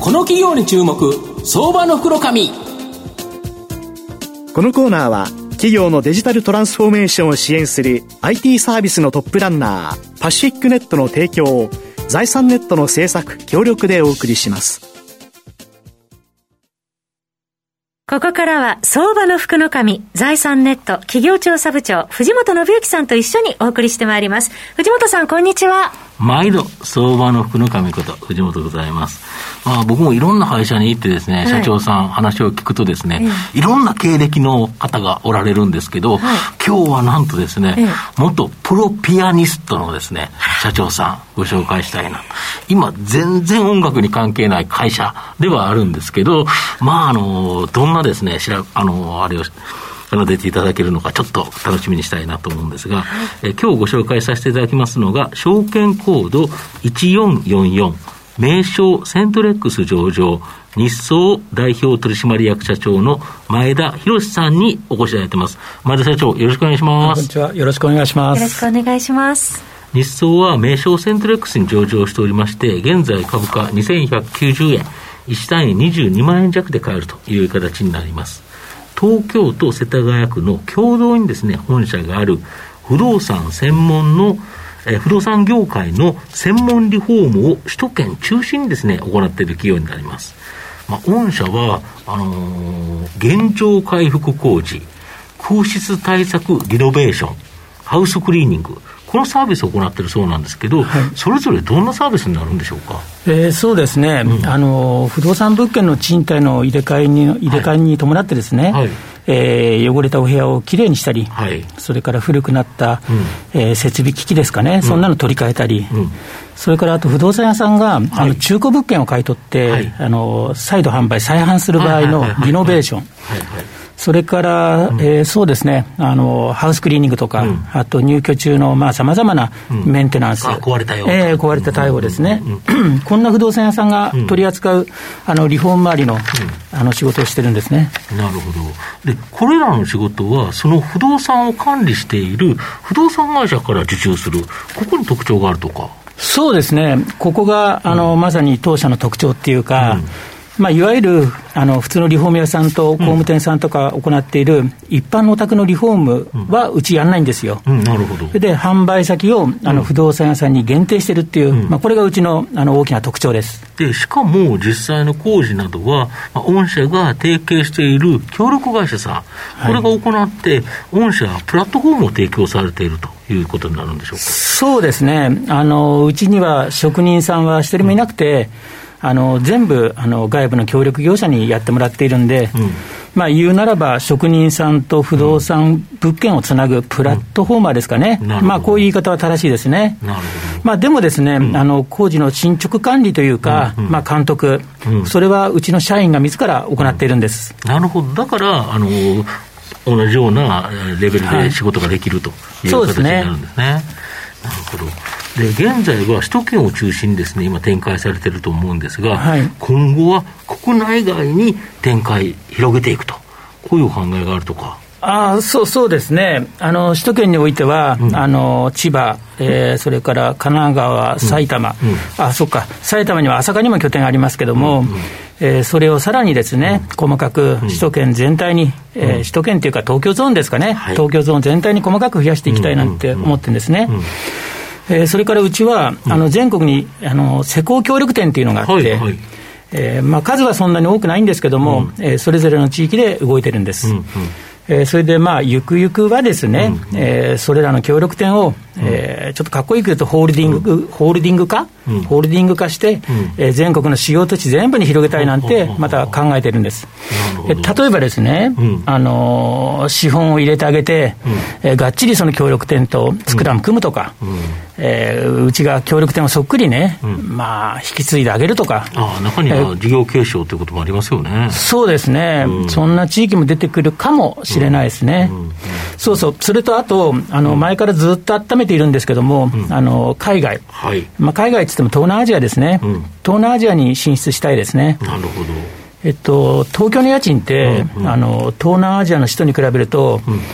この企業に注目、相場の袋紙。 このコーナーは企業のデジタルトランスフォーメーションを支援する IT サービスのトップランナーパシフィックネットの提供を財産ネットの制作協力でお送りします。 ここからは相場の福の神、財産ネット企業調査部長藤本信之さんと一緒にお送りしてまいります。藤本さん、こんにちは。 毎度相場の福の神こと藤本でございます。僕もいろんな会社に行ってですね、社長さん話を聞くとですね、いろんな経歴の方がおられるんですけど、今日はなんとですね、元プロピアニストのですね、社長さんご紹介したいな。今全然音楽に関係ない会社ではあるんですけど、どんなですね、あれを出ていただけるのかちょっと楽しみにしたいなと思うんですが、今日ご紹介させていただきますのが証券コード1444名称セントレックス上場日総代表取締役社長の前田博さんにお越しいただいています。前田社長、よろしくお願いします。 こんにちは、よろしくお願いします。 よろしくお願いします。 日総は名称セントレックスに上場しておりまして、現在株価2190円1単位22万円弱で買えるという形になります。東京都世田谷区の共同にですね、本社がある不動産専門の不動産業界の専門リフォームを首都圏中心にですね行っている企業になります。御社は現状回復工事、空室対策リノベーション、ハウスクリーニング、このサービスを行っているそうなんですけど、それぞれどんなサービスになるんでしょうか。 そうですね、不動産物件の賃貸の入れ替えに伴ってですね、汚れたお部屋をきれいにしたり、それから古くなった、設備機器ですかね、そんなの取り替えたり、それからあと不動産屋さんが、中古物件を買い取って、再度販売再販する場合のリノベーション、それから、そうですね、ハウスクリーニングとか、あと入居中のさまざまなメンテナンス、 壊れたよ、 壊れた対応ですね、こんな不動産屋さんが取り扱う、リフォーム周りの、仕事をしてるんですね。 なるほど。でこれらの仕事はその不動産を管理している不動産会社から受注する、ここに特徴があるとか。 そうですね、ここがまさに当社の特徴っていうか、いわゆる普通のリフォーム屋さんと工務店さんとか行っている一般のお宅のリフォームはうちやらないんですよ。 なるほど。 で販売先を不動産屋さんに限定しているっていう、これがうちの大きな特徴です。 でしかも実際の工事などは御社が提携している協力会社さん、これが行って御社プラットフォームを提供されているということになるんでしょうか。 そうですね、うちには職人さんは一人もいなくて、全部外部の協力業者にやってもらっているんで、言うならば職人さんと不動産物件をつなぐプラットフォーマーですかね、こういう言い方は正しいですね。 なるほど。 でもですね、工事の進捗管理というか、監督、それはうちの社員が自ら行っているんです。 なるほど。だから同じようなレベルで仕事ができるという形になるんですね。なるほど。で現在は首都圏を中心にですね今展開されていると思うんですが、今後は国内外に展開広げていくと、こういうお考えがあるとか。 そうですね、首都圏においては、千葉、それから神奈川、埼玉、埼玉には朝霞にも拠点がありますけども、それをさらにですね、細かく首都圏全体に、首都圏というか東京ゾーンですかね、東京ゾーン全体に細かく増やしていきたいなんて思ってるんですね。それからうちは全国に施工協力店というのがあって、数はそんなに多くないんですけども、それぞれの地域で動いてるんです。それでゆくゆくはですね、それらの協力店を、ちょっとかっこよく言うとホールディング化して、全国の主要都市全部に広げたいなんてまた考えてるんです。例えばですね、資本を入れてあげて、がっちりその協力店とスクラム組むとか、うちが協力店をそっくりね、引き継いであげるとか。 中には事業継承ということもありますよね。 そうですね、そんな地域も出てくるかもしれないですね。それとあと前からずっと温めているんですけども、海外、海外って言っても東南アジアですね、東南アジアに進出したいですね。 なるほど。 東京の家賃って、東南アジアの首都に比べると、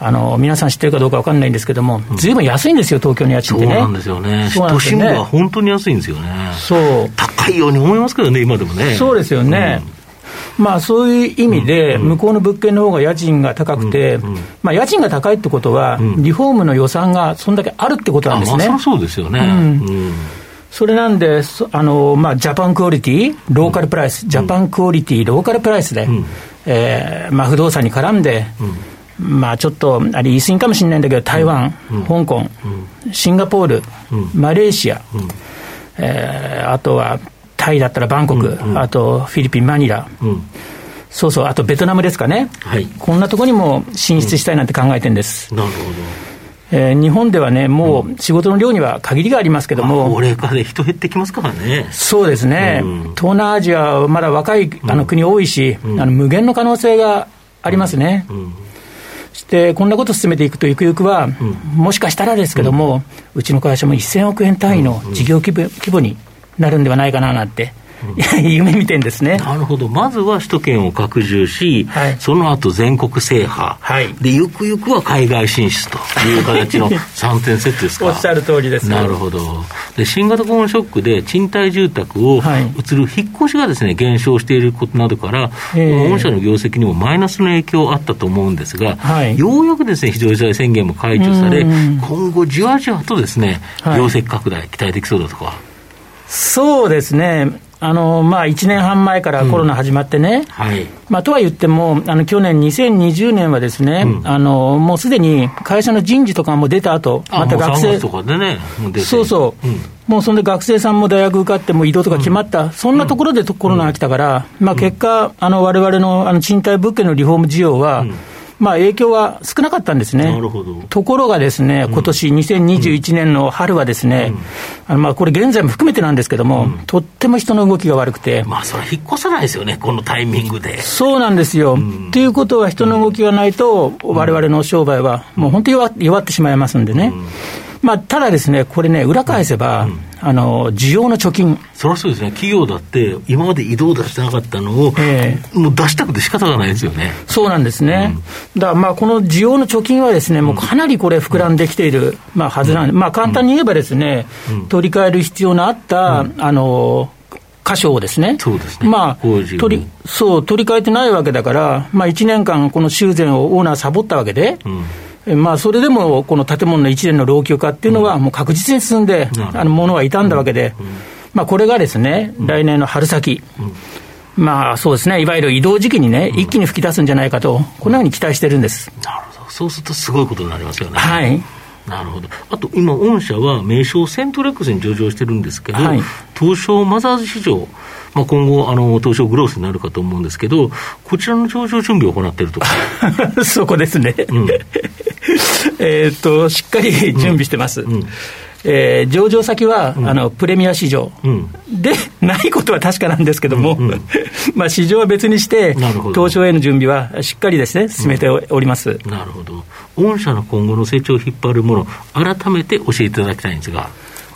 皆さん知ってるかどうか分かんないんですけども、ずいぶん安いんですよ、東京の家賃ってね。 そうなんですよね。都心部は本当に安いんですよね。 そう。 高いように思いますけどね、今でもね。 そうですよね。まあ、そういう意味で、向こうの物件の方が家賃が高くて、まあ、家賃が高いってことは、リフォームの予算がそんだけあるってことなんですね。 そうですよね。 それなんで、まあ、ジャパンクオリティ、ローカルプライス、ジャパンクオリティ、ローカルプライスで、まあ、不動産に絡んで、まあ、ちょっとあれ言い過ぎかもしれないんだけど、台湾、香港、シンガポール、マレーシア、あとはタイだったらバンコク、あとフィリピン、マニラ、そうそう、あとベトナムですかね、こんなところにも進出したいなんて考えてるんです。 なるほど。 日本ではね、もう仕事の量には限りがありますけども、 高齢化で人減ってきますからね。 そうですね、東南アジアはまだ若い国多いし、無限の可能性がありますね。そしてこんなことを進めていくと、ゆくゆくは、もしかしたらですけども、うちの会社も1000億円単位の事業規模になるんではないかななんて、夢見てんですね。 なるほど。まずは首都圏を拡充し、その後全国制覇、でゆくゆくは海外進出という形の3点セットですか。 おっしゃる通りです。 なるほど。で新型コロナショックで賃貸住宅を移る引っ越しがですね、減少していることなどから、御社の業績にもマイナスの影響あったと思うんですが、ようやくですね、非常事態宣言も解除され、今後じわじわとですね、業績拡大期待できそうだとか。 そうですね。まあ、1年半前からコロナ始まってね、まあ、とは言っても去年2020年はですね、もうすでに会社の人事とかも出た後、また学生とかでね、 そうそう、もうそんで学生さんも大学受かっても移動とか決まった、そんなところでコロナが来たから、まあ、結果我々の賃貸物件のリフォーム需要は、まあ、影響は少なかったんですね。 なるほど。 ところがですね、今年2021年の春はですね、まあこれ現在も含めてなんですけども、とっても人の動きが悪くて、 まあそれは引っ越さないですよね、このタイミングで。 そうなんですよ。ということは、人の動きがないと我々の商売はもう本当に弱ってしまいますんでね。まあ、ただですね、これね、裏返せば、需要の貯金。 そりゃそうですね、企業だって今まで移動出してなかったのを、もう出したくて仕方がないですよね。 そうなんですね。だからまあこの需要の貯金はですね、もうかなりこれ膨らんできている、まあ、はずなんで、まあ簡単に言えばですね、取り替える必要のあった、箇所をですね、まあ、取り替えてないわけだから、まあ、1年間この修繕をオーナーサボったわけで、まあ、それでもこの建物の1年の老朽化っていうのはもう確実に進んで、物は傷んだわけで、まあ、これがですね、来年の春先、まあそうですね、いわゆる移動時期にね、一気に吹き出すんじゃないかと、このように期待してるんです。 なるほど。そうするとすごいことになりますよね。 はい。 なるほど。あと今御社は名称セントレックスに上場してるんですけど、東証マザーズ市場、まあ、今後東証グロースになるかと思うんですけど、こちらの上場準備を行っているとか。 そこですね。しっかり準備してます。上場先は、プレミア市場、でないことは確かなんですけども、まあ市場は別にして東証への準備はしっかりですね進めております。 なるほど。御社の今後の成長を引っ張るもの、改めて教えていただきたいんですが。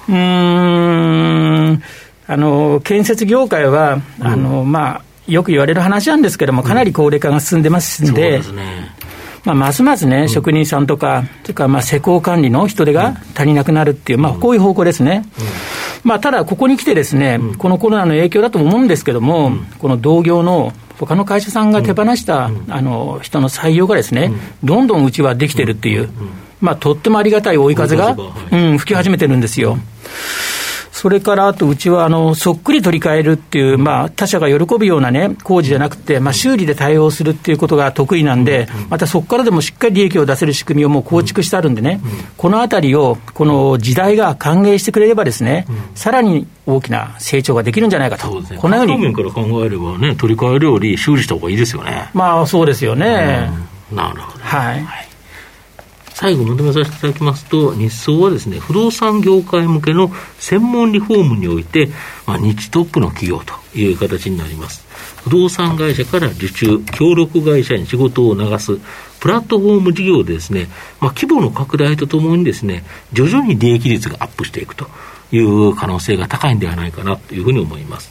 建設業界はまあよく言われる話なんですけども、かなり高齢化が進んでますんで、そうですね、まあ、ますますね、職人さんとか、それからまあ施工管理の人手が足りなくなるっていう、まあ、こういう方向ですね。まあ、ただ、ここに来てですね、このコロナの影響だと思うんですけども、この同業の他の会社さんが手放した、人の採用がですね、どんどんうちはできてるっていう、まあ、とってもありがたい追い風が、吹き始めてるんですよ。それからあとうちはそっくり取り替えるっていう、まあ、他社が喜ぶような、ね、工事じゃなくて、まあ、修理で対応するっていうことが得意なんで、またそこからでもしっかり利益を出せる仕組みをもう構築してあるんでね、このあたりをこの時代が歓迎してくれればですね、さらに大きな成長ができるんじゃないかと。 そうですね、 このように方面から考えればね、取り替えるより修理した方がいいですよね。 まあそうですよね。 なるほど。 はい。 最後まとめさせていただきますと、日総はですね、不動産業界向けの専門リフォームにおいて、日トップの企業という形になります。不動産会社から受注、協力会社に仕事を流すプラットフォーム事業でですね、規模の拡大とともにですね、徐々に利益率がアップしていくという可能性が高いんではないかなというふうに思います。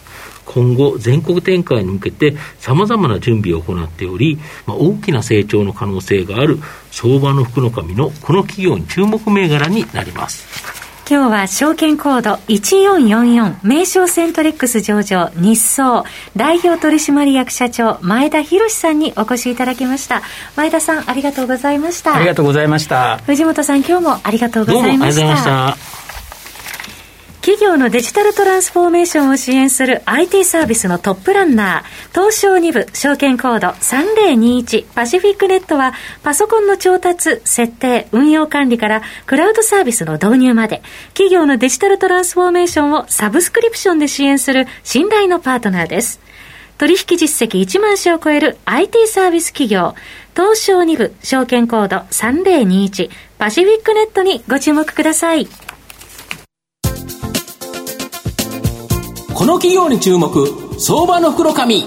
今後全国展開に向けて様々な準備を行っており、大きな成長の可能性がある相場の福の神のこの企業に注目銘柄になります。 今日は証券コード1444名称セントレックス上場日総代表取締役社長前田博さんにお越しいただきました。前田さんありがとうございました。 ありがとうございました。 藤本さん今日もありがとうございました。 どうもありがとうございました。 企業のデジタルトランスフォーメーションを支援する IT サービスのトップランナー、東証2部証券コード3021パシフィックネットはパソコンの調達、設定、運用管理からクラウドサービスの導入まで企業のデジタルトランスフォーメーションをサブスクリプションで支援する信頼のパートナーです。取引実績1万社を超える IT サービス企業、東証2部証券コード3021パシフィックネットにご注目ください。 この企業に注目、相場の福の神。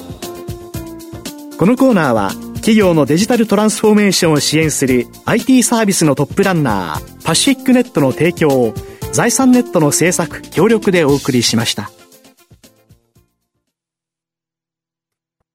このコーナーは企業のデジタルトランスフォーメーションを支援する IT サービスのトップランナーパシフィックネットの提供を財産ネットの制作協力でお送りしました。